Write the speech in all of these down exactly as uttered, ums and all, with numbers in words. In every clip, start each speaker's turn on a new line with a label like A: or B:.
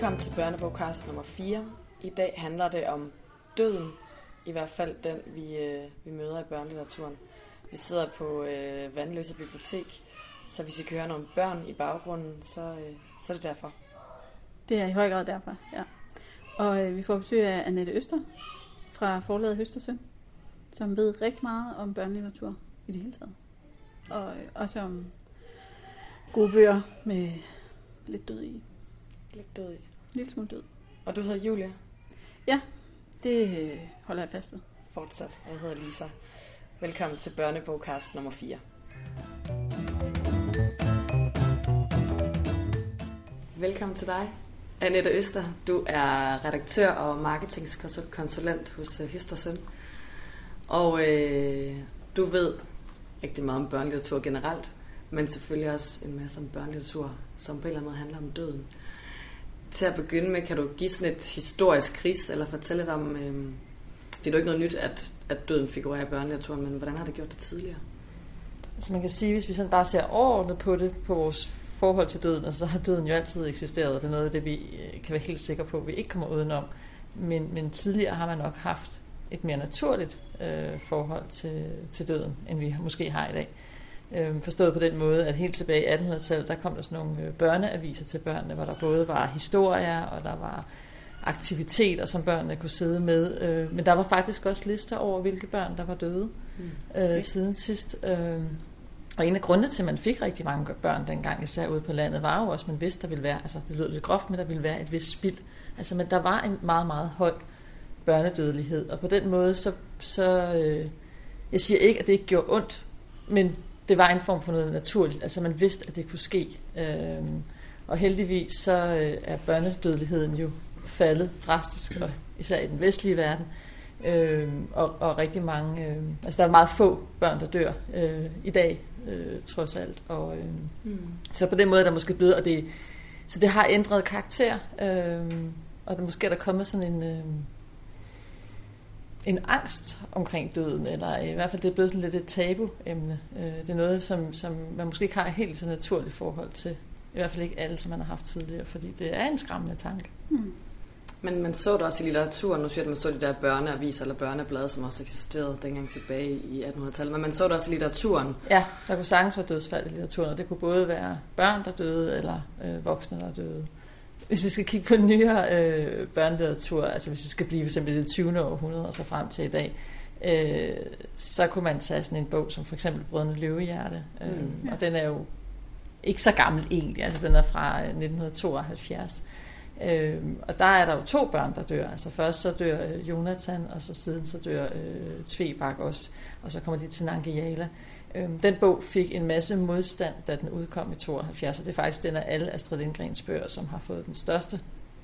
A: Velkommen til Børnebogcast nummer fire. I dag handler det om døden, i hvert fald den, vi, øh, vi møder i børnelitteraturen. Vi sidder på øh, Vandløse Bibliotek, så hvis I kan høre nogle børn i baggrunden, så, øh, så er det derfor.
B: Det er i høj grad derfor, ja. Og øh, vi får besøg af Annette Øster fra forlaget Høstersøn, som ved rigtig meget om børnelitteratur i det hele taget. Og øh, også om gode bøger med lidt død i.
A: Lidt død i.
B: Lille smule død.
A: Og du hedder Julia?
B: Ja, det øh, holder jeg fast ved.
A: Fortsat. Jeg hedder Lisa. Velkommen til Børnebogcast nummer fire. Velkommen til dig, Annette Øster. Du er redaktør og marketingskonsulent hos Høstersøn. Og øh, du ved rigtig meget om børnelitteratur generelt, men selvfølgelig også en masse om børnelitteratur, som på en eller anden måde handler om døden. Til at begynde med, kan du give sådan et historisk rids, eller fortælle lidt om, øh, det er jo ikke noget nyt, at, at døden figurerer i børnelitteraturen, men hvordan har det gjort det tidligere?
C: Altså man kan sige, hvis vi sådan bare ser overordnet på det, på vores forhold til døden, altså så har døden jo altid eksisteret, og det er noget af det, vi kan være helt sikre på, at vi ikke kommer udenom. Men, men tidligere har man nok haft et mere naturligt øh, forhold til, til døden, end vi måske har i dag. Øh, forstået på den måde, at helt tilbage i attenhundredetallet, der kom der sådan nogle børneaviser til børnene, hvor der både var historier, og der var aktiviteter, som børnene kunne sidde med. Øh, men der var faktisk også lister over, hvilke børn, der var døde mm. okay. øh, siden sidst. Øh, og en af grundene til, at man fik rigtig mange børn dengang, især ude på landet, var jo også, at man vidste, der ville være, altså det lød lidt groft, men der ville være et vist spild. Altså, men der var en meget, meget høj børnedødelighed, og på den måde, så, så øh, jeg siger ikke, at det ikke gjorde ondt, men det var en form for noget naturligt, altså man vidste, at det kunne ske. Øh, og heldigvis, så øh, er børnedødeligheden jo faldet drastisk, og især i den vestlige verden, øh, og, og rigtig mange, øh, altså der er meget få børn, der dør øh, i dag, øh, trods alt, og øh, mm. så på den måde er der måske blevet, og det, så det har ændret karakter, øh, og der måske er der kommet sådan en, øh, en angst omkring døden, eller i hvert fald det er blevet sådan lidt et tabu-emne. Øh, det er noget, som, som man måske ikke har et helt så naturligt forhold til, i hvert fald ikke alle, som man har haft tidligere, fordi det er en skræmmende tanke. Mm.
A: Men man så det også i litteraturen, nu siger at man så de der børneaviser eller børneblade, som også eksisterede dengang tilbage i attenhundredetallet, men man så det også i litteraturen.
C: Ja, der kunne sagtens være dødsfald i litteraturen, og det kunne både være børn, der døde, eller øh, voksne, der døde. Hvis vi skal kigge på nyere øh, børnelitteratur, altså hvis vi skal blive for eksempel i det tyvende århundrede og så frem til i dag, øh, så kunne man tage sådan en bog som for eksempel Brødrene Løvehjerte, øh, mm, ja. Og den er jo ikke så gammel egentlig, altså den er fra nitten tooghalvfjerds. Øhm, og der er der jo to børn, der dør. Altså først så dør øh, Jonathan, og så siden så dør øh, Tvebak også, og så kommer de til Nangiala. Øhm, den bog fik en masse modstand, da den udkom i tooghalvfjerds, og det er faktisk den af alle Astrid Lindgrens bøger, som har fået den største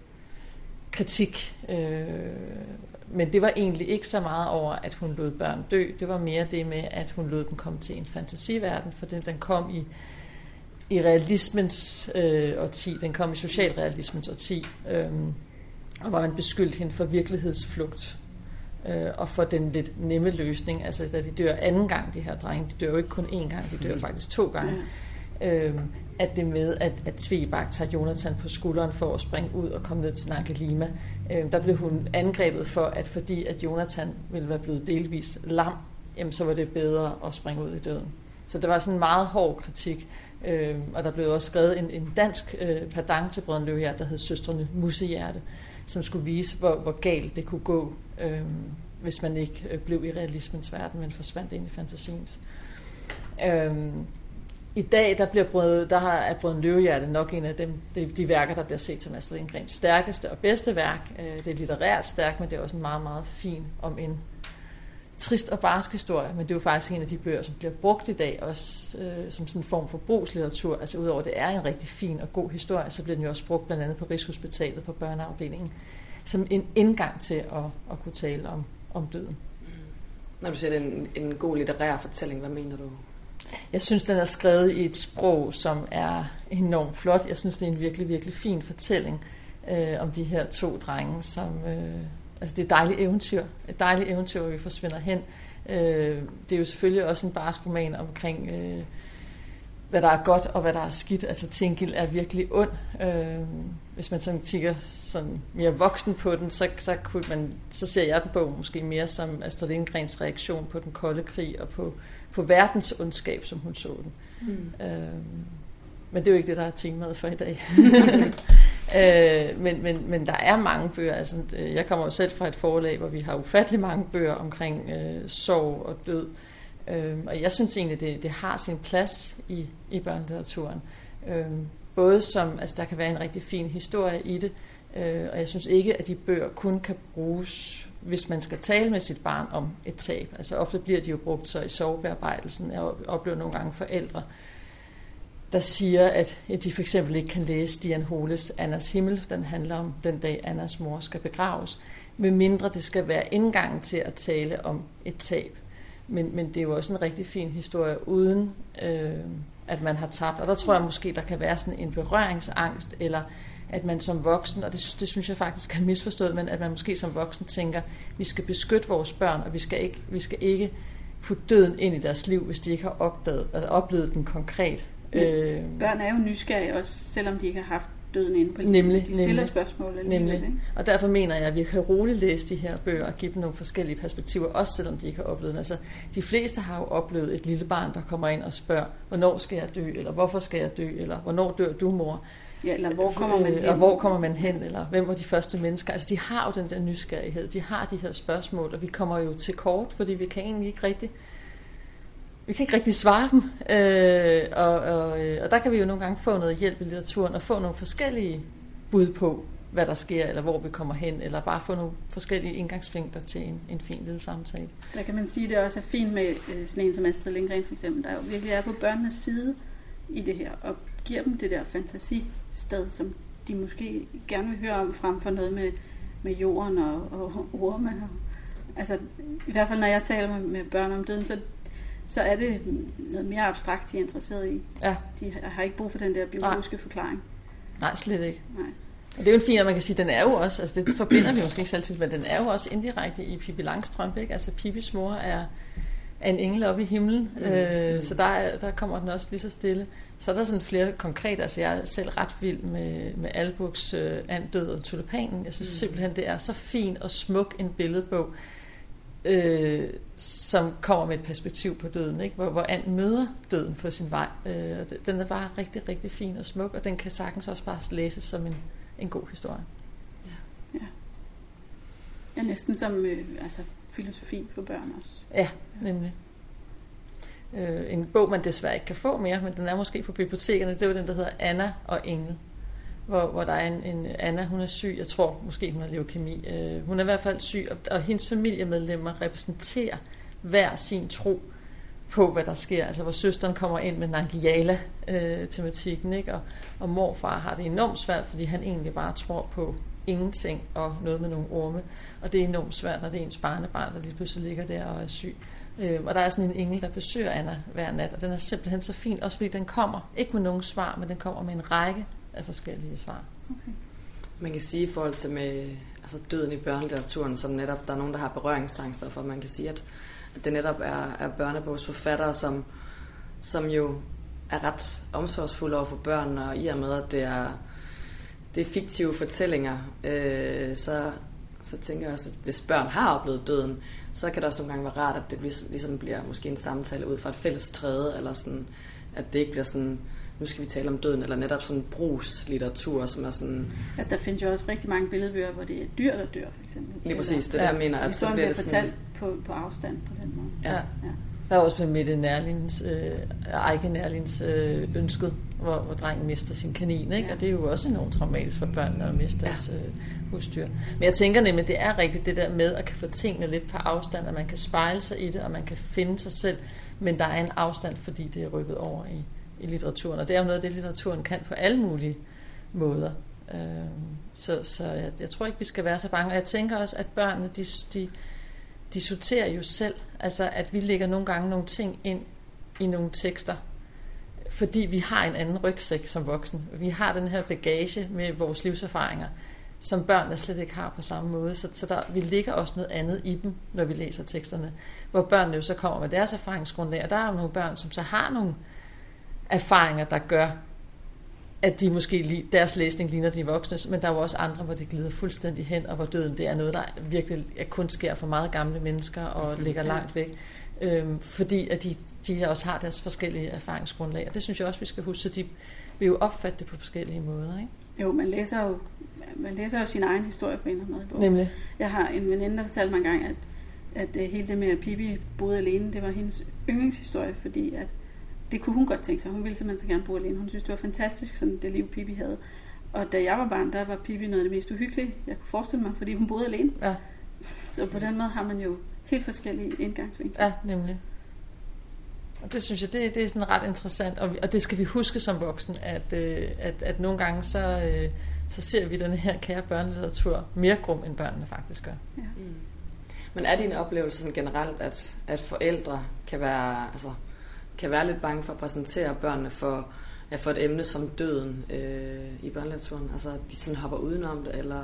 C: kritik. Øh, men det var egentlig ikke så meget over, at hun lod børn dø. Det var mere det med, at hun lod dem komme til en fantasiverden, for den, den kom i i realismens øh, årti, den kom i socialrealismens årti, øh, og hvor man beskyldte hende for virkelighedsflugt, øh, og for den lidt nemme løsning, altså da de dør anden gang, de her drenge, de dør jo ikke kun én gang, de dør faktisk to gange, øh, at det med, at, at Tvebak tager Jonathan på skulderen for at springe ud og komme ned til Nangalima, øh, der blev hun angrebet for, at fordi at Jonathan ville være blevet delvist lam, jamen, så var det bedre at springe ud i døden. Så det var sådan en meget hård kritik. Øh, og der blev også skrevet en, en dansk øh, pendant til Brødrene Løvehjerte, der hed Søstrene Musehjerte, som skulle vise, hvor, hvor galt det kunne gå, øh, hvis man ikke øh, blev i realismens verden, men forsvandt ind i fantasiens. Øh, I dag der bliver brød, der er Brødrene Løvehjerte nok en af dem, de, de værker, der bliver set som Astrid Lindgrens stærkeste og bedste værk. Øh, det er litterært stærkt, men det er også en meget, meget fin om en trist og barsk historie, men det er jo faktisk en af de bøger, som bliver brugt i dag, også øh, som sådan en form for brugslitteratur. Altså udover det er en rigtig fin og god historie, så bliver den jo også brugt blandt andet på Rigshospitalet på børneafdelingen, som en indgang til at, at kunne tale om, om døden.
A: Mm. Når du siger, det er en, en god litterær fortælling, hvad mener du?
C: Jeg synes, den er skrevet i et sprog, som er enormt flot. Jeg synes, det er en virkelig, virkelig fin fortælling øh, om de her to drenge, som Øh, Altså det er et dejligt eventyr. Et dejligt eventyr, hvor vi forsvinder hen. Øh, det er jo selvfølgelig også en barsk roman omkring øh, hvad der er godt og hvad der er skidt. Altså Tinkild er virkelig ond. Øh, hvis man sådan kigger sådan mere voksen på den, så, så, kunne man, så ser jeg den bog måske mere som Astrid Lindgrens reaktion på den kolde krig og på, på verdens ondskab, som hun så den. Mm. Øh, men det er jo ikke det, der er temaet for i dag. øh, men, men, men der er mange bøger. Altså, jeg kommer jo selv fra et forlag, hvor vi har ufattelig mange bøger omkring øh, sorg og død. Øhm, og jeg synes egentlig, det, det har sin plads i, i børnelitteraturen. Øhm, både som, altså der kan være en rigtig fin historie i det, øh, og jeg synes ikke, at de bøger kun kan bruges, hvis man skal tale med sit barn om et tab. Altså ofte bliver de jo brugt så i sorgbearbejdelsen. Jeg oplever nogle gange forældre, der siger, at de for eksempel ikke kan læse Stian Holes Annas himmel. Den handler om den dag, Annas mor skal begraves. Med mindre det skal være indgangen til at tale om et tab. Men, men det er jo også en rigtig fin historie, uden øh, at man har tabt. Og der tror jeg måske, der kan være sådan en berøringsangst, eller at man som voksen, og det, det synes jeg faktisk er misforstået, men at man måske som voksen tænker, vi skal beskytte vores børn, og vi skal ikke, vi skal ikke putte døden ind i deres liv, hvis de ikke har opdaget, altså oplevet den konkret.
B: Øh, børn er jo nysgerrige, også selvom de ikke har haft døden inde på livet.
C: Nemlig,
B: de stiller
C: nemlig,
B: spørgsmål
C: nemlig. Ikke? Og derfor mener jeg, at vi kan roligt læse de her bøger og give dem nogle forskellige perspektiver, også selvom de ikke har oplevet det. Altså, de fleste har jo oplevet et lille barn, der kommer ind og spørger, hvornår skal jeg dø, eller hvorfor skal jeg dø, eller hvornår dør du, mor?
B: Ja, eller hvor kommer man hen?
C: Og hvor kommer man hen, eller hvem var de første mennesker? Altså, de har jo den der nysgerrighed, de har de her spørgsmål, og vi kommer jo til kort, fordi vi kan egentlig ikke rigtig Vi kan ikke rigtig svare dem, øh, og, og, og der kan vi jo nogle gange få noget hjælp i litteraturen, og få nogle forskellige bud på, hvad der sker, eller hvor vi kommer hen, eller bare få nogle forskellige indgangsvinkler til en, en fin lille samtale.
B: Der kan man sige, at det også er fint med sådan en som Astrid Lindgren for eksempel, der jo virkelig er på børnenes side i det her, og giver dem det der fantasisted, som de måske gerne vil høre om, frem for noget med, med jorden og, og orme. Altså, i hvert fald når jeg taler med, med børn om døden, så så er det noget mere abstrakt, de er interesseret i.
C: Ja.
B: De har ikke brug for den der biologiske Nej. forklaring.
C: Nej, slet ikke.
B: Nej.
C: Og det er jo en fin, at man kan sige, at den er jo også, altså det forbinder vi måske ikke altid, men den er jo også indirekte i Pippi Langstrømpe, ikke? Altså Pippis mor er, er en engel oppe i himlen, mm. øh, så der, der kommer den også lige så stille. Så er der sådan flere konkrete, altså jeg er selv ret vild med, med Albuks øh, Andød og Tulipanen. Jeg synes mm. simpelthen, det er så fin og smuk en billedbog, Øh, som kommer med et perspektiv på døden, ikke? Hvor, hvor And møder døden på sin vej. Øh, den er bare rigtig, rigtig fin og smuk, og den kan sagtens også bare læses som en, en god historie.
B: Ja, ja. Ja, næsten som øh, altså, filosofi for børn også.
C: Ja, nemlig. Øh, en bog, man desværre ikke kan få mere, men den er måske på bibliotekerne, det er jo den, der hedder Anna og Engel. Hvor, hvor der er en, en Anna, hun er syg, jeg tror måske hun har leukemi. Øh, hun er i hvert fald syg, og, og hendes familiemedlemmer repræsenterer hver sin tro på, hvad der sker. Altså hvor søsteren kommer ind med Nangiala-tematikken, ikke? Og, og morfar har det enormt svært, fordi han egentlig bare tror på ingenting og noget med nogle orme. Og det er enormt svært, når det er ens barnebarn, der lige pludselig ligger der og er syg. Øh, og der er sådan en engel, der besøger Anna hver nat, og den er simpelthen så fin, også fordi den kommer, ikke med nogen svar, men den kommer med en række af forskellige svar.
A: Okay. Man kan sige i forhold til med altså døden i børnelitteraturen, som netop der er nogen, der har berøringsangster for, man kan sige, at, at det netop er, er børnebogsforfattere, som, som jo er ret omsorgsfulde over for børn, og i og med, at det er, det er fiktive fortællinger, øh, så, så tænker jeg også, at hvis børn har oplevet døden, så kan det også nogle gange være rart, at det ligesom bliver måske en samtale ud fra et fælles træde, eller sådan, at det ikke bliver sådan, nu skal vi tale om døden, eller netop sådan brugslitteratur, som er sådan...
B: Altså, der findes jo også rigtig mange billedbøger, hvor det er dyr, der dør, for eksempel.
A: Lige præcis, det der ja. mener, at så bliver det sådan...
B: fortalt på, på afstand på den måde.
C: Ja. ja. Der er også Mette Nærlins, øh, Eike Nærlins øh, ønsket, hvor, hvor drengen mister sin kanin, ikke? Ja. Og det er jo også enormt traumatisk for børnene at miste deres øh, husdyr. Men jeg tænker nemlig, at det er rigtigt det der med at kan få tingene lidt på afstand, at man kan spejle sig i det, og man kan finde sig selv, men der er en afstand, fordi det er rykket over i i litteraturen, og det er jo noget af det, litteraturen kan på alle mulige måder. Så, så jeg, jeg tror ikke, vi skal være så bange. Og jeg tænker også, at børnene, de, de, de sorterer jo selv. Altså, at vi lægger nogle gange nogle ting ind i nogle tekster, fordi vi har en anden rygsæk som voksen. Vi har den her bagage med vores livserfaringer, som børnene slet ikke har på samme måde. Så, så der, vi lægger også noget andet i dem, når vi læser teksterne, hvor børnene jo så kommer med deres erfaringsgrundlag. Og der er jo nogle børn, som så har nogle erfaringer, der gør, at de måske deres læsning ligner de voksnes, men der er jo også andre, hvor det glider fuldstændig hen, og hvor døden det er noget, der virkelig kun sker for meget gamle mennesker og ligger langt væk. Øhm, fordi at de, de også har deres forskellige erfaringsgrundlag, og det synes jeg også, vi skal huske, så de vil jo opfatte det på forskellige måder, ikke?
B: Jo, man læser jo, man læser jo sin egen historie på en eller anden måde i bogen.
C: Nemlig.
B: Jeg har en veninde, der fortalte mig engang, at, at hele det med, at Pippi boede alene, det var hendes yndlingshistorie, fordi at det kunne hun godt tænke sig. Hun ville simpelthen så gerne bo alene. Hun synes, det var fantastisk, sådan det liv Pippi havde. Og da jeg var barn, der var Pippi noget af det mest uhyggelige, jeg kunne forestille mig, fordi hun boede alene. Ja. Så på den måde har man jo helt forskellige indgangsvinkler.
C: Ja, nemlig. Og det synes jeg, det, det er sådan ret interessant, og, og det skal vi huske som voksen, at, øh, at, at nogle gange så, øh, så ser vi den her kære børnelitteratur mere grum, end børnene faktisk gør. Ja.
A: Mm. Men er din oplevelse sådan generelt, at, at forældre kan være, altså, kan være lidt bange for at præsentere børnene for, ja, for et emne som døden øh, i børnelitteraturen? Altså, de sådan hopper udenom det, eller...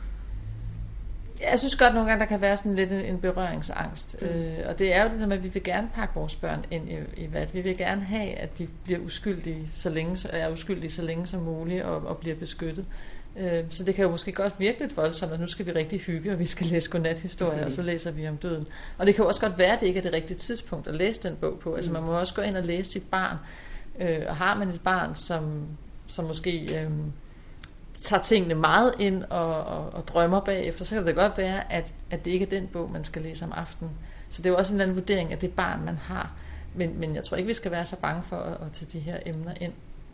C: Jeg synes godt nogle gange, der kan være sådan lidt en berøringsangst. Mm. Øh, og det er jo det der med, at vi vil gerne pakke vores børn ind i, i hvad. Vi vil gerne have, at de bliver uskyldige så længe, er uskyldige så længe som muligt og, og bliver beskyttet. Øh, så det kan jo måske godt virke lidt voldsomt, at nu skal vi rigtig hygge, og vi skal læse godnathistorier, mm. og så læser vi om døden. Og det kan jo også godt være, at det ikke er det rigtige tidspunkt at læse den bog på. Altså man må også gå ind og læse sit barn. Øh, og har man et barn, som, som måske... Øh, tager tingene meget ind og, og, og drømmer bagefter, så kan det godt være, at, at det ikke er den bog, man skal læse om aftenen. Så det er jo også en eller anden vurdering af det barn, man har. Men, men jeg tror ikke, vi skal være så bange for at, at tage de her emner ind.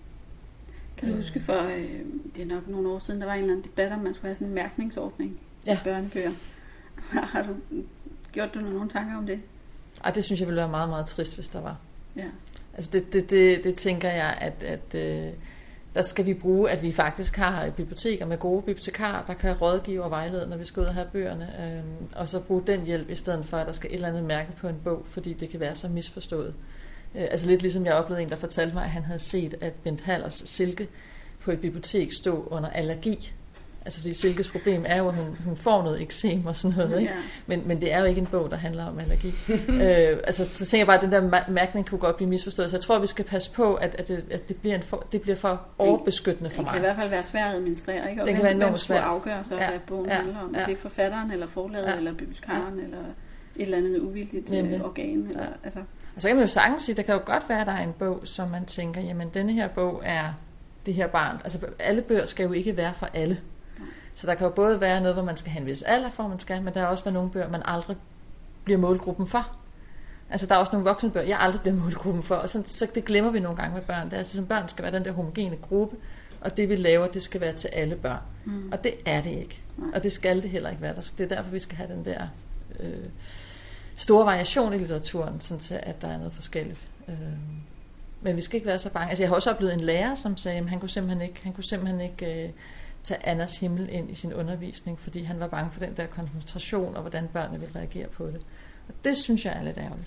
B: Kan du huske for, øh, det er nok nogle år siden, der var en eller anden debat om, man skulle have sådan en mærkningsordning ja. i børnebøger. Har du gjort du nogle tanker om det?
C: Ej, det synes jeg ville være meget, meget trist, hvis der var.
B: Ja.
C: Altså det, det, det, det tænker jeg, at... at øh, der skal vi bruge, at vi faktisk har biblioteker med gode bibliotekarer, der kan rådgive og vejlede, når vi skal ud og have bøgerne, øhm, og så bruge den hjælp, i stedet for, at der skal et eller andet mærke på en bog, fordi det kan være så misforstået. Øh, altså lidt ligesom jeg oplevede en, der fortalte mig, at han havde set, at Bent Hallers Silke på et bibliotek stod under allergi. Altså fordi Silkes problem er jo, at hun, hun får noget eksem og sådan noget, ikke? Ja. Men, men det er jo ikke en bog, der handler om allergi. øh, altså så tænker jeg bare, at den der mærkning kunne godt blive misforstået. Så jeg tror, vi skal passe på, at, at, det, at det, bliver en for, det bliver for overbeskyttende for
B: det
C: mig.
B: Det kan i hvert fald være svært at administrere, ikke? Og
C: det kan være enormt svært.
B: Hvem skulle afgøre så, ja. hvad bogen ja. handler om? Ja. Er det forfatteren, eller forlaget, ja. eller bibliotekaren, ja. eller et eller andet uvildigt Nemlig. organ? Eller, ja. altså.
C: Og så kan man jo sagtens sige, at der kan jo godt være, at der er en bog, som man tænker, jamen denne her bog er det her barn. Altså alle bøger skal jo ikke være for alle. Så der kan jo både være noget, hvor man skal have en vis alder for, man skal, men der er også nogle bøger, man aldrig bliver målgruppen for. Altså der er også nogle voksne bøger, jeg aldrig bliver målgruppen for, og så, så det glemmer vi nogle gange med børn. Det er altså, som børn skal være den der homogene gruppe, og det vi laver, det skal være til alle børn. Mm. Og det er det ikke. Nej. Og det skal det heller ikke være. Det er derfor, vi skal have den der øh, store variation i litteraturen, sådan at der er noget forskelligt. Øh, men vi skal ikke være så bange. Altså jeg har også oplevet en lærer, som sagde, at han kunne simpelthen ikke, han kunne simpelthen ikke øh, tage Annas himmel ind i sin undervisning, fordi han var bange for den der konfrontation, og hvordan børnene ville reagere på det. Og det synes jeg er lidt ærgerligt.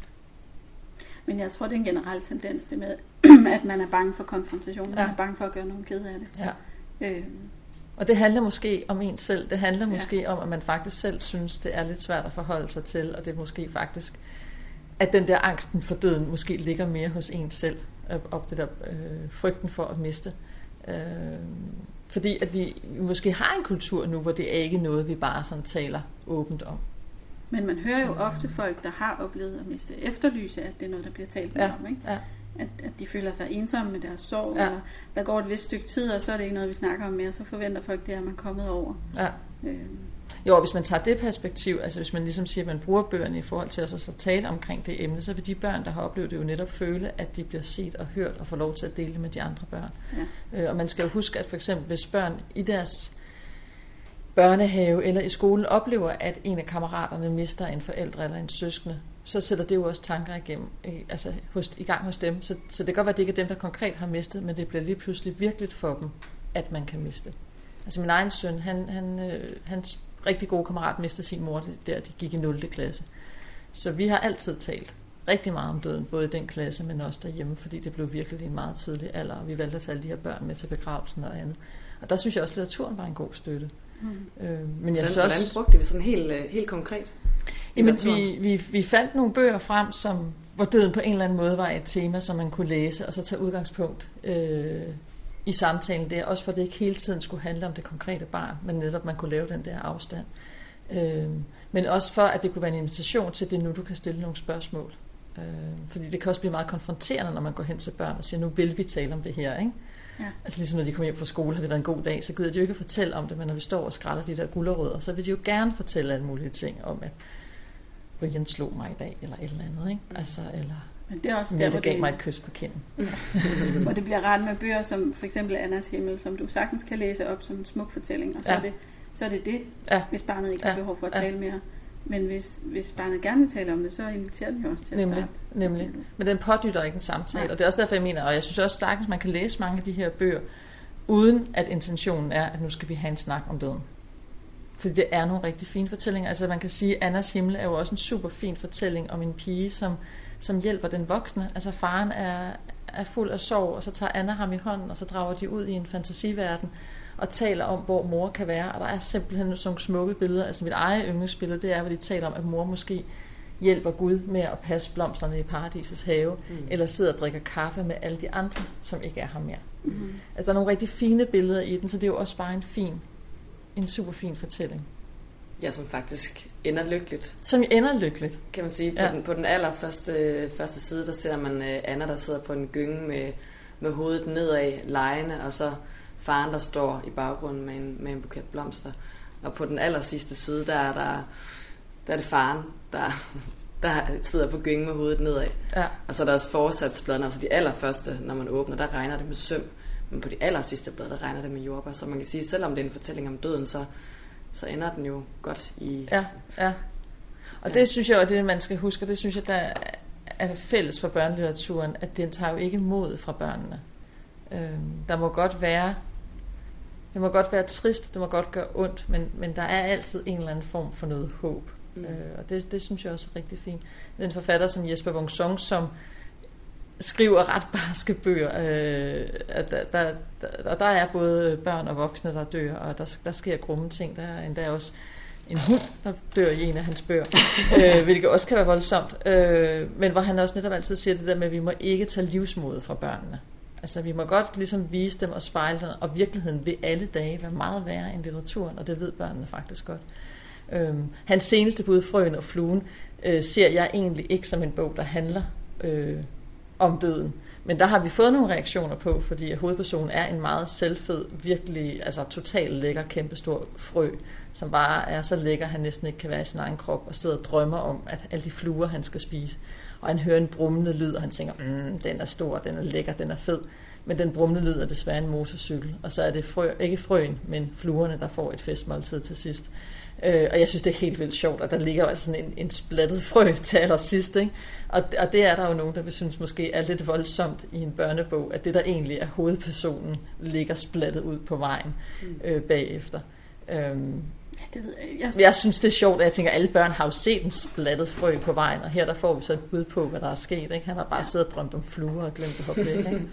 B: Men jeg tror, det er en generel tendens, det med, at man er bange for konfrontation, ja. man er bange for at gøre nogen ked af det.
C: Ja. Øh. Og det handler måske om en selv. Det handler måske ja. om, at man faktisk selv synes, det er lidt svært at forholde sig til, og det er måske faktisk, at den der angsten for døden måske ligger mere hos en selv, op det der øh, frygten for at miste. Øh, Fordi at vi måske har en kultur nu, hvor det er ikke noget, vi bare sådan taler åbent om.
B: Men man hører jo ofte folk, der har oplevet at miste efterlyse, at det er noget, der bliver talt ja. om, ikke? Ja. At, at de føler sig ensomme med deres sorg, ja. eller der går et vist stykke tid, og så er det ikke noget, vi snakker om mere, så forventer folk det, at man er kommet over. Ja. Øhm.
C: Jo, hvis man tager det perspektiv, altså hvis man ligesom siger, at man bruger bøgerne i forhold til at så tale omkring det emne, så vil de børn, der har oplevet det, jo netop føle, at de bliver set og hørt og får lov til at dele det med de andre børn. Ja. Øh, og man skal jo huske, at for eksempel hvis børn i deres børnehave eller i skolen oplever, at en af kammeraterne mister en forældre eller en søskende, så sætter det jo også tanker igennem, altså hos, i gang hos dem. Så, så det kan godt være, at det ikke er dem, der konkret har mistet, men det bliver lige pludselig virkeligt for dem, at man kan miste. Altså min egen søn, han, han, øh, hans rigtig gode kammerat mistede sin mor, der de gik i nul klasse. Så vi har altid talt rigtig meget om døden, både i den klasse, men også derhjemme, fordi det blev virkelig i en meget tidlig alder, og vi valgte at tage alle de her børn med til begravelsen og andet. Og der synes jeg også, at litteraturen var en god støtte. Mm. Øh, men jeg
A: hvordan,
C: synes også,
A: hvordan brugte de det sådan helt, helt konkret?
C: Jamen, vi, vi, vi fandt nogle bøger frem, som, hvor døden på en eller anden måde var et tema, som man kunne læse, og så tage udgangspunkt øh, i samtalen der. Også for det ikke hele tiden skulle handle om det konkrete barn, men netop man kunne lave den der afstand. Øh, men også for, at det kunne være en invitation til det nu, du kan stille nogle spørgsmål. Øh, fordi det kan også blive meget konfronterende, når man går hen til børn og siger, nu vil vi tale om det her, ikke? Ja. Altså ligesom når de kommer hjem fra skole, har det været en god dag, så gider de jo ikke at fortælle om det, men når vi står og skræller de der gulerødder, så vil de jo gerne fortælle alle mulige ting om, at Brian slog mig i dag, eller et eller andet, ikke? Altså, eller
B: men det er også
C: der,
B: der,
C: gav
B: det,
C: mig et kys på kinden.
B: Ja. Og det bliver rart med bøger, som for eksempel Annas himmel, som du sagtens kan læse op som en smuk fortælling, og så, ja. er, det, så er det det, ja. hvis barnet ikke har ja. behov for at tale ja. mere. Men hvis, hvis barnet gerne vil tale om det, så inviterer den jo også til at
C: nemlig,
B: starte.
C: Nemlig. Men den pådytter ikke en samtale. Nej. Og det er også derfor, jeg mener, og jeg synes også sagtens, man kan læse mange af de her bøger, uden at intentionen er, at nu skal vi have en snak om døden. Fordi det er nogle rigtig fine fortællinger. Altså man kan sige, at Annas himmel er jo også en super fin fortælling om en pige, som, som hjælper den voksne. Altså faren er, er fuld af sorg, og så tager Anna ham i hånden, og så drager de ud i en fantasiverden, og taler om, hvor mor kan være. Og der er simpelthen sådan smukke billeder. Altså mit eget yndlingsbillede, det er, hvor de taler om, at mor måske hjælper Gud med at passe blomsterne i paradisets have, mm. eller sidder og drikker kaffe med alle de andre, som ikke er her mere. Mm. Altså der er nogle rigtig fine billeder i den, så det er jo også bare en fin, en super fin fortælling.
A: Ja, som faktisk ender lykkeligt.
C: Som ender lykkeligt.
A: Kan man sige. På, ja. den, på den allerførste første side, der ser man uh, Anna, der sidder på en gynge med, med hovedet nedad, legende, og så faren, der står i baggrunden med en, med en buket blomster. Og på den aller sidste side, der er, der, der er det faren, der, der sidder på gyngen med hovedet nedad. Ja. Og så er der også forsatsbladene, altså de allerførste, når man åbner, der regner det med søm. Men på de aller sidste blade, der regner det med jordbær. Så man kan sige, selvom det er en fortælling om døden, så, så ender den jo godt i...
C: Ja, ja. Og ja. Det synes jeg, og det man skal huske, og det synes jeg, der er fælles for børnelitteraturen, at den tager jo ikke mod fra børnene. Øhm, der må godt være... Det må godt være trist, det må godt gøre ondt, men, men der er altid en eller anden form for noget håb. Mm. Øh, og det, det synes jeg også er rigtig fint. Det er en forfatter som Jesper Wung Sung, som skriver ret barske bøger. Øh, der, der, der, der er både børn og voksne, der dør, og der, der sker grumme ting. Der er endda også en hund, der dør i en af hans bøger, øh, hvilket også kan være voldsomt. Øh, men hvor han også netop altid siger det der med, at vi må ikke tage livsmodet fra børnene. Altså vi må godt ligesom vise dem og spejle dem, og virkeligheden vil alle dage være meget værre end litteraturen, og det ved børnene faktisk godt. Øhm, hans seneste bud, Frøen og fluen, øh, ser jeg egentlig ikke som en bog, der handler øh, om døden. Men der har vi fået nogle reaktioner på, fordi hovedpersonen er en meget selvfed, virkelig, altså totalt lækker, kæmpestor frø, som bare er så lækker, han næsten ikke kan være i sin egen krop, og sidder og drømmer om, at alle de fluer, han skal spise. Og han hører en brummende lyd, og han tænker, mm, den er stor, den er lækker, den er fed. Men den brummende lyd er desværre en motorcykel, og så er det frø, ikke frøen, men fluerne, der får et festmåltid til sidst. Øh, og jeg synes, det er helt vildt sjovt, og der ligger jo altså sådan en, en splattet frø til allersidst, ikke? Og, og det er der jo nogen, der vil synes måske er lidt voldsomt i en børnebog, at det, der egentlig er hovedpersonen, ligger splattet ud på vejen øh, bagefter. Øhm,
B: Det ved jeg. Jeg...
C: jeg synes, det er sjovt, at jeg tænker, at alle børn har jo set en splattet frø på vejen, og her der får vi så et bud på, hvad der er sket. Ikke? Han har bare ja. siddet og drømt om fluer og glemt at hoppe væk. Ikke?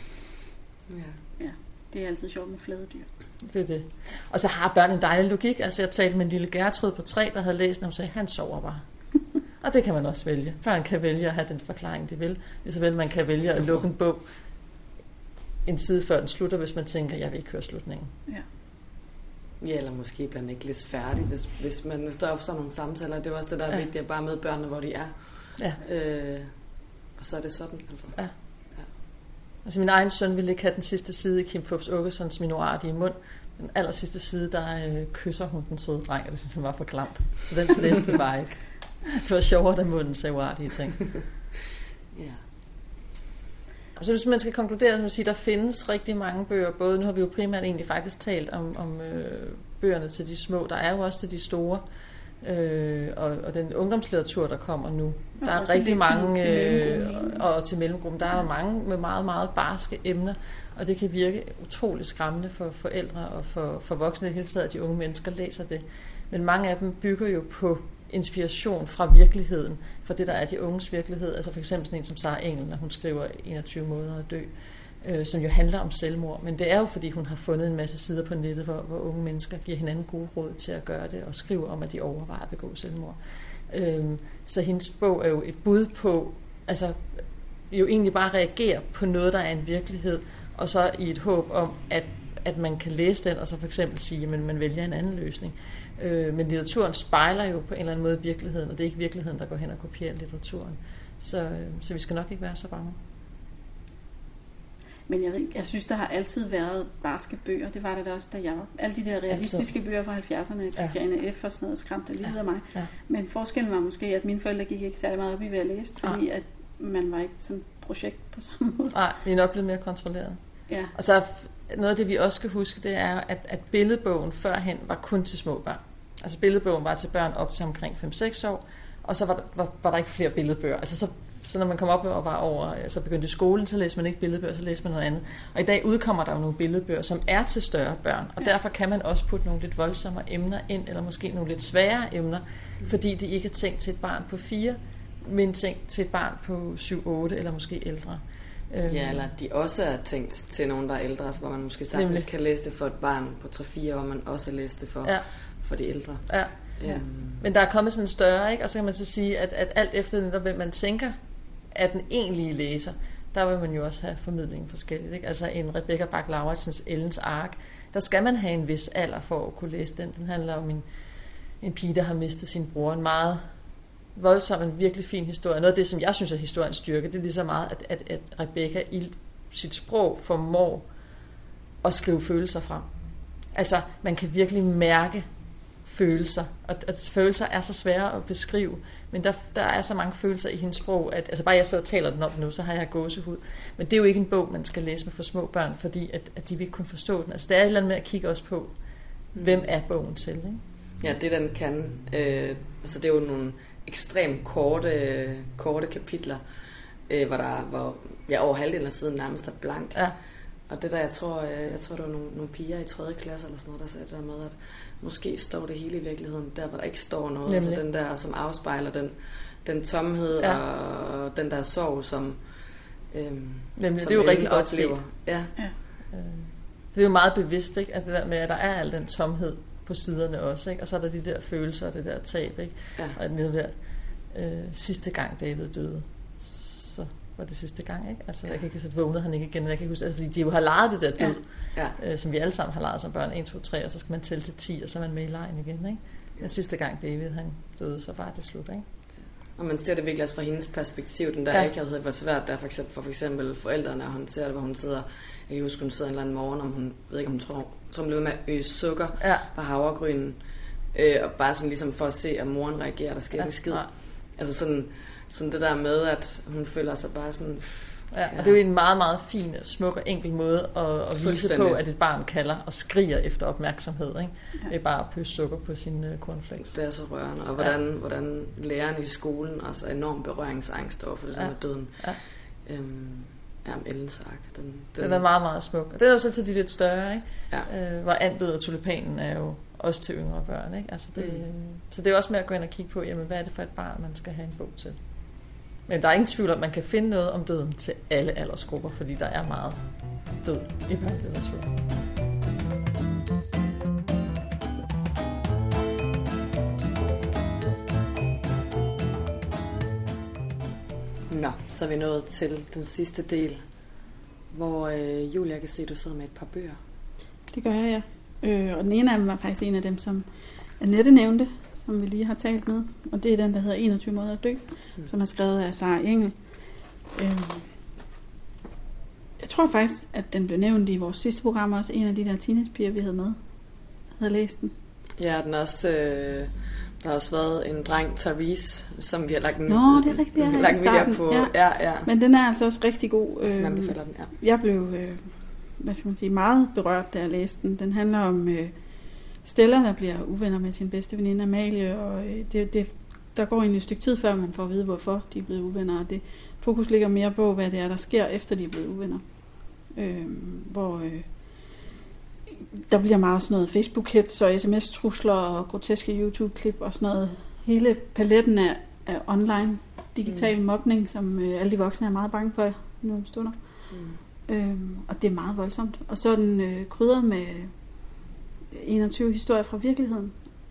B: Ja. ja, det er altid sjovt med fladedyr.
C: Det er det. Og så har børn en dejlig logik. Altså jeg talte med en lille Gertrud på tre, der havde læst, og hun sagde, han sover bare. Og det kan man også vælge. Børn kan vælge at have den forklaring, de vil. Lige så vel man kan vælge at lukke en bog en side før den slutter, hvis man tænker, jeg vil ikke høre slutningen.
B: Ja.
A: Ja, eller måske bliver den ikke lidt færdig, hvis, hvis, man, hvis der opstår nogle samtaler. Det er også det, der er ja. vigtigt, at bare med børnene, hvor de er. Ja. Øh, og så er det sådan, altså.
C: Ja. Ja. Altså min egen søn ville ikke have den sidste side i Kim Fupz Aakersons Minoartige mund. Den aller sidste side, der øh, kysser hun den søde dreng, og det synes han var for klamt. Så den læste vi bare ikke. Det var sjovere, da munden sagde uartige ting. Ja. Så hvis man skal konkludere, så sige, der findes rigtig mange bøger, både nu har vi jo primært egentlig faktisk talt om, om øh, bøgerne til de små, der er jo også til de store, øh, og, og den ungdomslitteratur, der kommer nu. Der er rigtig mange, til, øh, og til mellemgruppen, der er mange med meget, meget barske emner, og det kan virke utroligt skræmmende for forældre og for, for voksne i det hele taget, at de unge mennesker læser det. Men mange af dem bygger jo på inspiration fra virkeligheden, for det der er de unges virkelighed, altså for eksempel sådan en som Sara Engel, når hun skriver enogtyve måder at dø, øh, som jo handler om selvmord, men det er jo fordi hun har fundet en masse sider på nettet, hvor, hvor unge mennesker giver hinanden gode råd til at gøre det, og skriver om, at de overvejer at begå selvmord. Øhm, så hendes bog er jo et bud på, altså jo egentlig bare reagere på noget, der er en virkelighed, og så i et håb om, at, at man kan læse den, og så for eksempel sige, at man vælger en anden løsning. Øh, men litteraturen spejler jo på en eller anden måde virkeligheden, og det er ikke virkeligheden, der går hen og kopierer litteraturen. Så, øh, så vi skal nok ikke være så bange.
B: Men jeg, ved, jeg synes, der har altid været barske bøger. Det var det da også, da jeg var. Alle de der realistiske altid. Bøger fra halvfjerdserne, Christiane ja. F. og sådan noget, skræmte livet ja. af mig. Ja. Men forskellen var måske, at mine forældre gik ikke særlig meget op i, hvad jeg læste, fordi ja. at man var ikke sådan et projekt på samme måde.
C: Nej, vi er nok blevet mere kontrolleret.
B: Ja.
C: Og så noget af det, vi også skal huske, det er, at, at billedbogen førhen var kun til små børn. Altså billedbogen var til børn op til omkring fem seks år, og så var der, var, var der ikke flere billedbøger. Altså så Så når man kom op og var over, så begyndte i skolen, så læste man ikke billedbøger, så læste man noget andet. Og i dag udkommer der jo nogle billedbøger, som er til større børn. Og ja. derfor kan man også putte nogle lidt voldsommere emner ind, eller måske nogle lidt svære emner, mm. fordi det ikke er tænkt til et barn på fire, men tænkt til et barn på syv otte, eller måske ældre.
A: Ja, eller de også er tænkt til nogen, der er ældre, hvor man måske sagtens Nemlig. kan læse det for et barn på tre fire, hvor man også læser det for, ja. for de ældre.
C: Ja. Ja. Men der er kommet sådan en større, ikke? Og så kan man så sige, at, at alt efter, hvem man tænker, at den egentlige læser, der vil man jo også have formidlingen forskelligt. Ikke? Altså en Rebecca Bach-Lauritsens Ellens Ark, der skal man have en vis alder for at kunne læse den. Den handler om en, en pige, der har mistet sin bror. En meget voldsom, en virkelig fin historie. Noget af det, som jeg synes er historiens styrke, det er lige så meget, at, at, at Rebecca i sit sprog formår at skrive følelser frem. Altså, man kan virkelig mærke følelser, og at følelser er så svære at beskrive, men der, der er så mange følelser i hendes sprog, at altså bare jeg sidder og taler den op nu, så har jeg gåsehud. Men det er jo ikke en bog, man skal læse med for små børn, fordi at, at de vil ikke kunne forstå den. Altså det er et eller andet med at kigge også på, mm. hvem er bogen til, ikke?
A: Ja, det den kan. Øh, altså det er jo nogle ekstremt korte, korte kapitler, øh, hvor der hvor, ja, over halvdelen af siden nærmest er blank.
C: Ja.
A: Og det der, jeg tror, jeg, jeg tror, der var nogle, nogle piger i tredje klasse eller sådan noget, der sagde det der med, at måske står det hele i virkeligheden, der hvor der ikke står noget. Nemlig. Altså den der, som afspejler den, den tomhed ja. og den der sorg, som øhm,
C: Nemlig,
A: som
C: det er jo
A: Ellen
C: rigtig godt
A: oplever.
C: set.
A: Ja.
C: Ja. Det er jo meget bevidst, ikke? At det der med, at der er al den tomhed på siderne også, ikke? Og så er der de der følelser og det der tab, ikke?
A: Ja.
C: Og den der øh, sidste gang David døde, så var det sidste gang, ikke? Altså, ja. Jeg kan ikke huske, at vågnede han ikke igen, jeg kan ikke huske, altså, fordi de jo har leget det der død, ja. Ja. Øh, som vi alle sammen har leget som børn, et, to, tre, og så skal man tælle til ti, og så er man med i lejen igen, ikke? Ja. Den sidste gang David, han døde, så var det slut, ikke?
A: Og man ser det virkelig også fra hendes perspektiv, den der ja. ikke havde, hvor svært det er for eksempel, for, for eksempel forældrene at håndtere det, hvor hun sidder, jeg kan huske, hun sidder en eller anden morgen, om hun, ved ikke, om hun tror, tror hun blev med at øse sukker
C: ja.
A: på havregrynen, øh, og bare sådan ligesom for at se, at moren reagerer, der sker ja. en skid. Ja. Altså sådan, sådan det der med, at hun føler sig bare sådan...
C: Ja, ja. Og det er jo en meget, meget fin, smuk og enkel måde at, at vise på, at et barn kalder og skriger efter opmærksomhed. Ikke? Ja. Det er bare at pøse sukker på sine uh, cornflakes. Det
A: er så rørende. Og hvordan, ja. hvordan lærerne i skolen også er enormt berøringsangst over for det ja. der med døden. Ja. Øhm, ja, om Ellens Ark. Den, den...
C: den er meget, meget smuk. Og det er jo så til de lidt større, ikke?
A: Ja.
C: Øh, hvor Andød og Tulipanen er jo også til yngre børn. Ikke? Altså det, mm. Så det er også med at gå ind og kigge på, jamen, hvad er det for et barn, man skal have en bog til. Men der er ingen tvivl om, at man kan finde noget om døden til alle aldersgrupper, fordi der er meget død i børnelitteratur.
A: Nå, så er vi nået til den sidste del, hvor øh, Julia kan se, at du sidder med et par bøger.
B: Det gør jeg, ja. Øh, og den ene af dem var faktisk en af dem, som Annette nævnte, som vi lige har talt med. Og det er den, der hedder enogtyve måder at dø, mm. som er skrevet af Sara Engel. Øh, jeg tror faktisk, at den blev nævnt i vores sidste program, også en af de der teenagepiger, vi havde med, havde læst den.
A: Ja, den også, øh, der har også været en dreng, Therese, som vi har lagt en,
B: Nå, det er rigtigt, ja,
A: lagt en video på.
B: Ja.
A: Ja, ja.
B: Men den er altså også rigtig god.
A: Øh, man befaler den, ja.
B: Jeg blev øh, hvad skal man sige, meget berørt, da jeg læste den. Den handler om... Øh, Stella, der bliver uvenner med sin bedste veninde Amalie, og det, det, der går egentlig et stykke tid, før man får at vide, hvorfor de er blevet uvenner, og det fokus ligger mere på, hvad det er, der sker, efter de er blevet uvenner. Øh, hvor øh, der bliver meget sådan noget Facebook-hits og sms-trusler og groteske YouTube-klip og sådan noget. Hele paletten af, af online digital mm. mobning, som øh, alle de voksne er meget bange for i nogle stunder. Mm. Øh, og det er meget voldsomt. Og så er den øh, krydret med enogtyve historier fra virkeligheden,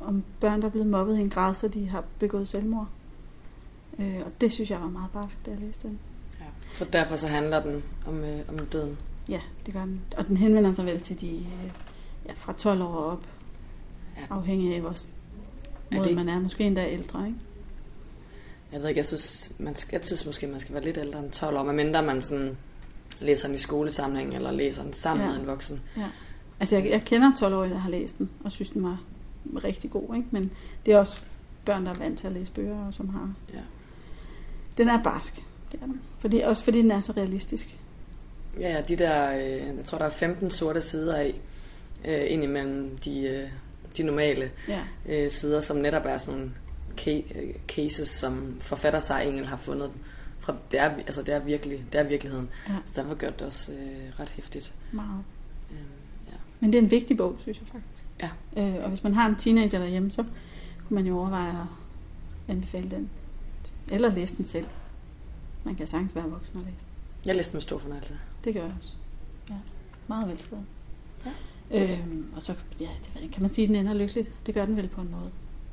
B: om børn, der er blevet mobbet i en grad, så de har begået selvmord. Øh, og det synes jeg var meget barsk, da jeg læste den.
A: Ja. For derfor så handler den om, øh, om døden?
B: Ja, det gør den. Og den henvender sig vel til de øh, ja, fra tolv år op, ja. Afhængig af hvor måde det... man er. Måske endda ældre, ikke?
A: Jeg ved ikke, jeg synes, man skal, jeg synes måske, man skal være lidt ældre end tolv år, medmindre man sådan læser den i skolesammenhæng, eller læser den sammen ja. med en voksen.
B: Ja. Altså, jeg, jeg kender tolv-årige, der har læst den, og synes, den var rigtig god, ikke? Men det er også børn, der er vant til at læse bøger, og som har...
A: Ja.
B: Den er barsk, det er den. Fordi, også fordi den er så realistisk.
A: Ja, ja, de der, øh, jeg tror, der er femten sorte sider af, øh, indimellem de, øh, de normale
B: ja.
A: øh, sider, som netop er sådan nogle ca- cases, som forfatter sig Engel har fundet. Fra, det, er, altså, det, er virkelig, det er virkeligheden. Ja. Så derfor gør det også øh, ret hæftigt.
B: Meget.
A: Øhm, ja.
B: Men det er en vigtig bog, synes jeg faktisk.
A: Ja.
B: Øh, og hvis man har en teenager derhjemme, så kunne man jo overveje at anbefale den. Eller læse den selv. Man kan sagtens være voksen og læse den.
A: Jeg læste den med stor fornøjelse.
B: Det gør jeg også. Ja. Meget velskrevet.
A: Ja.
B: Øhm, og så ja, det, kan man sige, at den ender lykkeligt. Det gør den vel på en måde.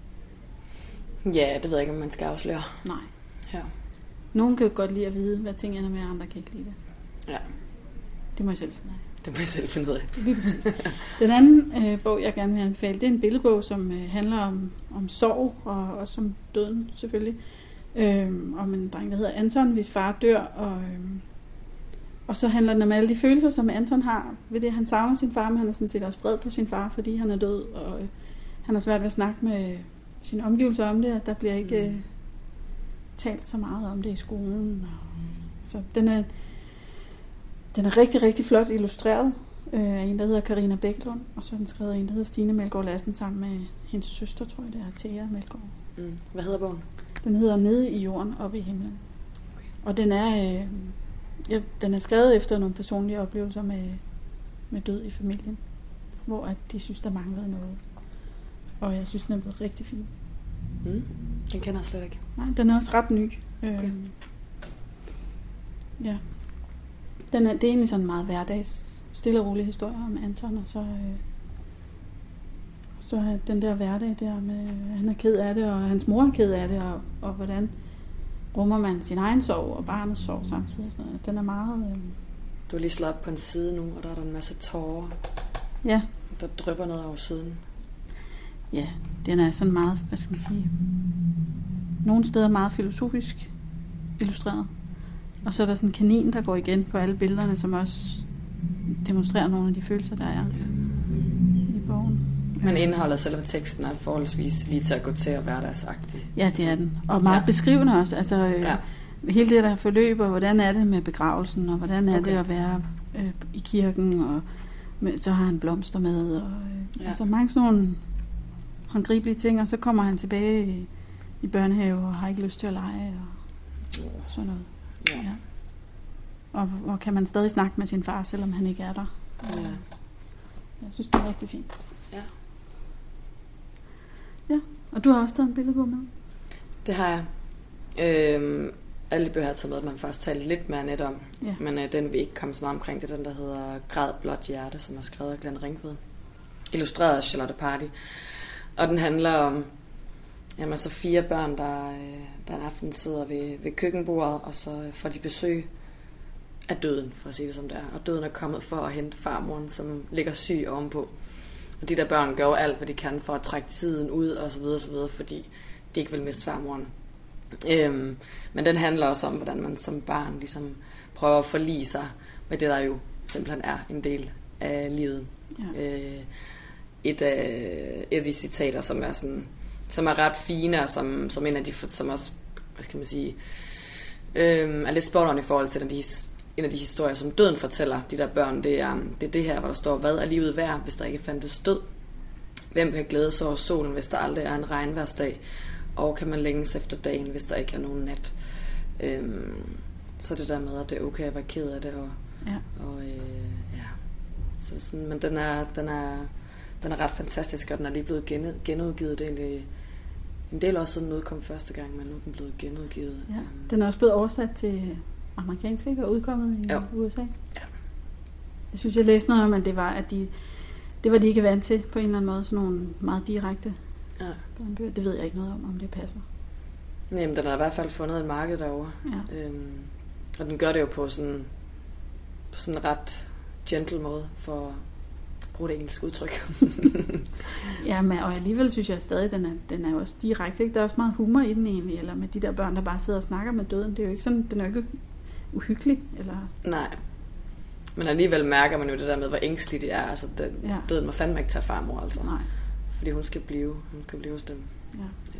A: Ja, det ved jeg ikke, om man skal afsløre.
B: Nej.
A: Ja.
B: Nogen kan jo godt lide at vide, hvad ting ender med, andre kan ikke lide det.
A: Ja.
B: Det må jeg selv finde af.
A: Det må jeg selv finde ud af.
B: Lige præcis. Den anden øh, bog, jeg gerne vil anbefale, det er en billedbog, som øh, handler om, om sorg, og også om døden selvfølgelig. Øhm, om en dreng, der hedder Anton, hvis far dør, og, øhm, og så handler den om alle de følelser, som Anton har ved det, han savner sin far, men han er sådan set også vred på sin far, fordi han er død, og øh, han har svært ved at snakke med sine omgivelser om det, og der bliver ikke øh, talt så meget om det i skolen. Og, så den er, den er rigtig, rigtig flot illustreret øh, af en, der hedder Karina Bækkelund, og så er den skrevet af en, der hedder Stine Melgaard Lassen, sammen med hendes søster, tror jeg det er, Thea Melgaard.
A: Mm. Hvad hedder bogen?
B: Den hedder Nede i jorden, oppe i himlen. Okay. Og den er, øh, ja, den er skrevet efter nogle personlige oplevelser med, med død i familien, hvor at de synes, der manglede noget. Og jeg synes, den er blevet rigtig fin.
A: Mm. Den kender jeg slet ikke.
B: Nej, den er også ret ny. Okay. Øh, ja. Den er, det er egentlig sådan en meget hverdags, stille og rolig historie om Anton, og så... Øh, så er den der hverdag der med, han er ked af det, og hans mor er ked af det, og, og hvordan rummer man sin egen sorg og barnets sorg samtidig. Sådan noget. Den er meget... Øh...
A: Du har lige slået op på en side nu, og der er der en masse tårer.
B: Ja.
A: Der drypper noget over siden.
B: Ja, den er sådan meget, hvad skal man sige, nogle steder meget filosofisk illustreret. Og så er der sådan en kanin, der går igen på alle billederne, som også demonstrerer nogle af de følelser, der er ja. i bogen.
A: Men indholdet selve teksten er forholdsvis lige til at gå til at hverdagsagtig.
B: Ja, det er den. Og meget ja. beskrivende også. Altså, øh, ja. hele det der forløb, og hvordan er det med begravelsen, og hvordan er okay. det at være øh, i kirken, og med, så har han blomster med, og øh, ja. altså mange sådan nogle håndgribelige ting, og så kommer han tilbage i, i børnehave, og har ikke lyst til at lege, og sådan noget.
A: Ja.
B: Ja. Og, og kan man stadig snakke med sin far, selvom han ikke er der.
A: Ja.
B: Jeg synes, det er rigtig fint.
A: Ja.
B: Ja, og du har også taget en billedbog med?
A: Det har jeg. Øhm, alle de bøger har taget med, at man faktisk taler lidt mere net om. Ja. Men øh, den vil ikke komme så meget omkring. Det er den, der hedder Græd blot hjerte, som er skrevet af Glenn Ringved. Illustreret af Charlotte Party. Og den handler om jamen, så fire børn, der, øh, der en aften sidder ved, ved køkkenbordet, og så får de besøg af døden, for at sige det som det er. Og døden er kommet for at hente farmoren, som ligger syg ovenpå. Og de der børn gør alt, hvad de kan for at trække tiden ud, og så videre, så videre, fordi de ikke vil miste farmoren. Øhm, men den handler også om, hvordan man som barn ligesom prøver at forlige sig med det, der jo simpelthen er en del af livet. Ja. Øh, et, af, et af de citater, som er, sådan, som er ret fine, og som, som en af de, som også, hvad skal man sige, øhm, er lidt spot on i forhold til den, de en af de historier, som døden fortæller de der børn, det er, det er det her, hvor der står, hvad er livet værd, hvis der ikke fandtes død? Hvem kan glæde sig over solen, hvis der aldrig er en regnværsdag? Og kan man længes efter dagen, hvis der ikke er nogen nat? Øhm, så det der med, at det er okay at være ked af det. Og,
B: ja.
A: Og, øh, ja. Så sådan, men den er, den, er, den er ret fantastisk, og den er lige blevet gen, genudgivet. Det er egentlig en del år siden den udkom første gang, men nu er den blevet genudgivet.
B: Ja. Den er også blevet oversat til amerikansk, ikke? Og udkommet i jo. U S A.
A: Ja.
B: Jeg synes, jeg læste noget om, at det var, at de, det var de ikke vant til på en eller anden måde, sådan nogle meget direkte
A: Ja.
B: Børnebøger. Det ved jeg ikke noget om, om det passer.
A: Jamen, den har i hvert fald fundet et marked derovre.
B: Ja.
A: Øhm, og den gør det jo på sådan, på sådan en ret gentle måde, for at bruge det engelske udtryk.
B: Ja, men, og alligevel synes jeg stadig, den er, den er jo også direkte. Ikke? Der er også meget humor i den egentlig, eller med de der børn, der bare sidder og snakker med døden. Det er jo ikke sådan, den er jo ikke uhyggelig. Eller...
A: Nej. Men alligevel mærker man jo det der med, hvor ængstelig de er. Altså, den,
B: Ja.
A: døden må fandme ikke tage farmor, altså.
B: Nej.
A: Fordi hun skal blive, hun skal blive hos dem.
B: Ja.
A: Ja.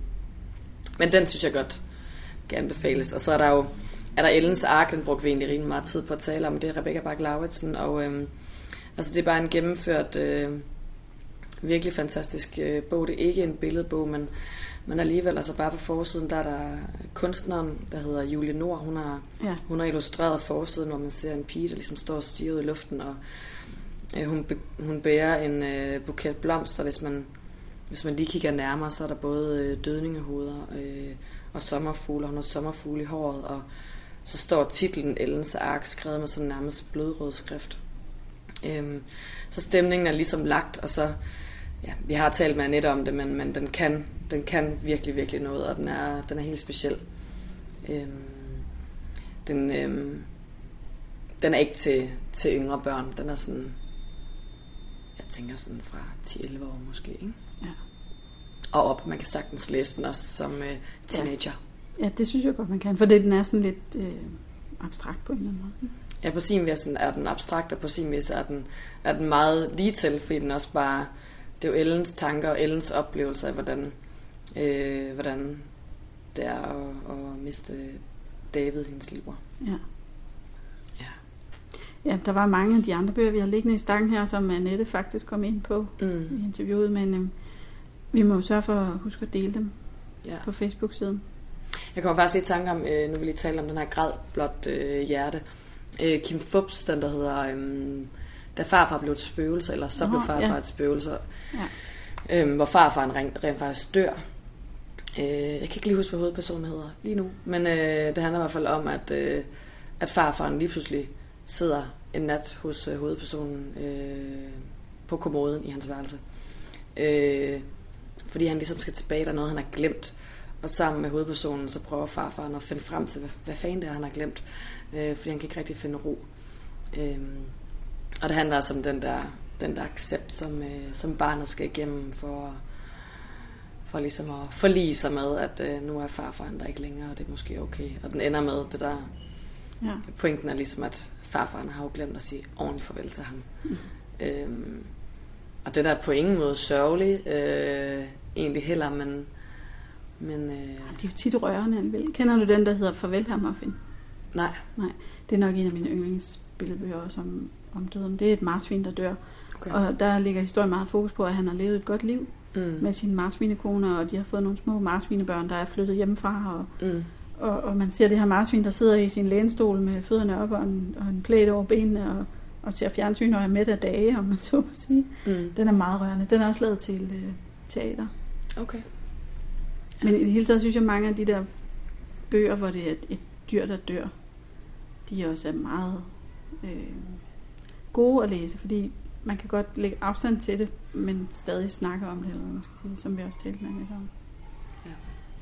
A: Men den synes jeg godt kan anbefales. Og så er der jo, er der Ellens Ark, den brugte vi egentlig rimelig meget tid på at tale om. Det er Rebecca Bach-Lauritsen, og øhm, altså det er bare en gennemført, øh, virkelig fantastisk øh, bog. Det er ikke en billedbog, men, men alligevel, altså bare på forsiden, der er der kunstneren, der hedder Julie Nord. Hun har,
B: Ja.
A: hun har illustreret forsiden, hvor man ser en pige, der ligesom står og stiger ud i luften, og øh, hun, be, hun bærer en øh, buket blomster. Hvis man, hvis man lige kigger nærmere, så er der både øh, dødningehoveder øh, og sommerfugle. Hun har sommerfugle i håret, og så står titlen Ellens Ark skrevet med sådan nærmest blodrød skrift. Øhm, så stemningen er ligesom lagt, og så, ja, vi har talt med Annette om det, men, men den, kan, den kan virkelig, virkelig noget, og den er, den er helt speciel. Øhm, den, øhm, den er ikke til, til yngre børn, den er sådan, jeg tænker sådan fra ti elleve år måske, ikke?
B: Ja.
A: Og op, man kan sagtens læse den også som øh, teenager.
B: Ja, det synes jeg godt, man kan, for det, den er sådan lidt øh, abstrakt på en eller anden måde.
A: Ja, på sin vis er den abstrakt, og på sin vis er den, er den meget lige til, fordi den også bare, det er jo Ellens tanker og Ellens oplevelser af, hvordan, øh, hvordan det er at, at miste David, hendes liv.
B: Ja.
A: Ja.
B: Ja, der var mange af de andre bøger, vi har liggende i stakken her, som Annette faktisk kom ind på
A: Mm.
B: i interviewet, men øh, vi må jo sørge for at huske at dele dem
A: Ja.
B: på Facebook-siden.
A: Jeg kommer faktisk lige i tanke om, øh, nu vil lige tale om den her Græd blot øh, hjerte. Øh, Kim Fupz, den der hedder, øh, Da farfar blev et spøgelse, eller Så blev
B: Nå,
A: farfar
B: ja.
A: et spøgelse,
B: Ja.
A: øh, hvor farfaren rent, rent faktisk dør. Øh, jeg kan ikke lige huske, hvad hovedpersonen hedder lige nu, men øh, det handler i hvert fald om, at, øh, at farfaren lige pludselig sidder en nat hos øh, hovedpersonen øh, på kommoden i hans værelse. Øh, fordi han ligesom skal tilbage, der er noget, han har glemt. Og sammen med hovedpersonen, så prøver farfaren at finde frem til, hvad, hvad fanden det er, han har glemt. Øh, fordi han kan ikke rigtig finde ro. Øh, og det handler også om den der, den der accept, som, øh, som barnet skal igennem for, for ligesom at forlige sig med, at øh, nu er farfaren der ikke længere, og det er måske okay. Og den ender med det der,
B: Ja.
A: pointen er ligesom, at farfaren har jo glemt at sige ordentligt farvel til ham. Mm. Øhm, og det der er på ingen måde sørgeligt, øh, egentlig heller, men... men øh,
B: De er jo tit rørende alligevel. Kender du den, der hedder Farvel her, Muffin?
A: nej.
B: Nej, det er nok en af mine yndlingsbilledbøger også om, om døden. Det er et marsvin, der dør.
A: Okay.
B: Og der ligger historien meget fokus på, at han har levet et godt liv
A: Mm.
B: med sine marsvinekone, og de har fået nogle små marsvinebørn, der er flyttet hjemmefra. Og,
A: Mm.
B: og, og man ser det her marsvin, der sidder i sin lænestol med fødderne op og en, og en plæt over benene, og, og ser fjernsyn og er mæt af dage, om man så må sige.
A: Mm.
B: Den er meget rørende. Den er også lavet til øh, teater.
A: Okay.
B: Men i det hele taget synes jeg, mange af de der bøger, hvor det er et, et dyr, der dør, de også er meget øh, gode at læse, fordi man kan godt lægge afstand til det, men stadig snakke om det, eller hvad man skal sige, som vi også talte med lidt om.
A: Ja.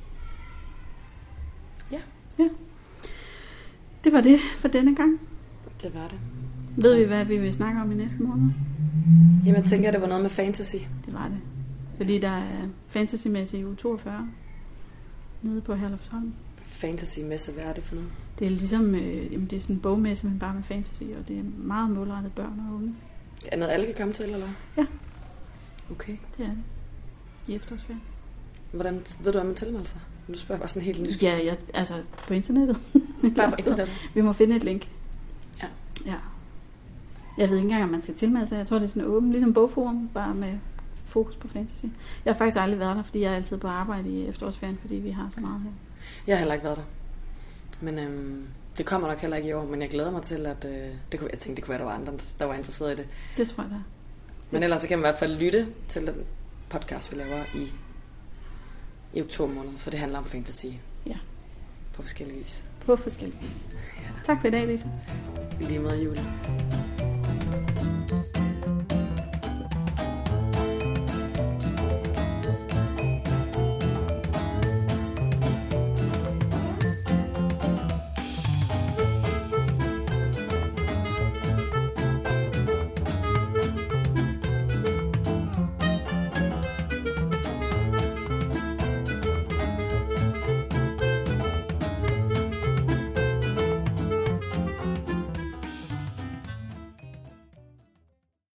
A: Ja,
B: Ja. Det var det for denne gang.
A: det var det.
B: Ved vi, hvad vi vil snakke om i næste måned?
A: Jamen, jeg tænker, det var noget med fantasy.
B: Det var det. Fordi der er fantasymæssig i uge toogfyrre nede på Herlufsholm.
A: Fantasy-messe, hvad er det for noget?
B: Det er ligesom, øh, jamen det er sådan en bogmesse, men bare med fantasy, og det er meget målrettet børn og unge.
A: Er noget, alle kan komme til, eller hvad?
B: Ja.
A: Okay.
B: Det er det. I efterårsferien.
A: Hvordan, ved du, hvordan man tilmelder sig? Nu spørger jeg bare sådan helt nysgerrig.
B: Ja, ja, altså på internettet.
A: Bare på internettet?
B: Vi må finde et link.
A: Ja.
B: Ja. Jeg ved ikke engang, om man skal tilmelde sig. Jeg tror, det er sådan åben, ligesom bogforum, bare med fokus på fantasy. Jeg har faktisk aldrig været der, fordi jeg er altid på arbejde i efterårsferien, fordi vi har så meget her.
A: Jeg har heller ikke været der. Men øhm, det kommer nok heller ikke i år, men jeg glæder mig til, at... Øh, det kunne, jeg tænkte, det kunne være, der var andre, der var interesseret i det.
B: Det tror jeg, der er.
A: Men ellers så kan man i hvert fald lytte til den podcast, vi laver i, i oktober måned, for det handler om fantasy.
B: Ja.
A: På forskellige vis.
B: På forskellige vis. Tak for i dag, Lisa.
A: I lige måde, Julie.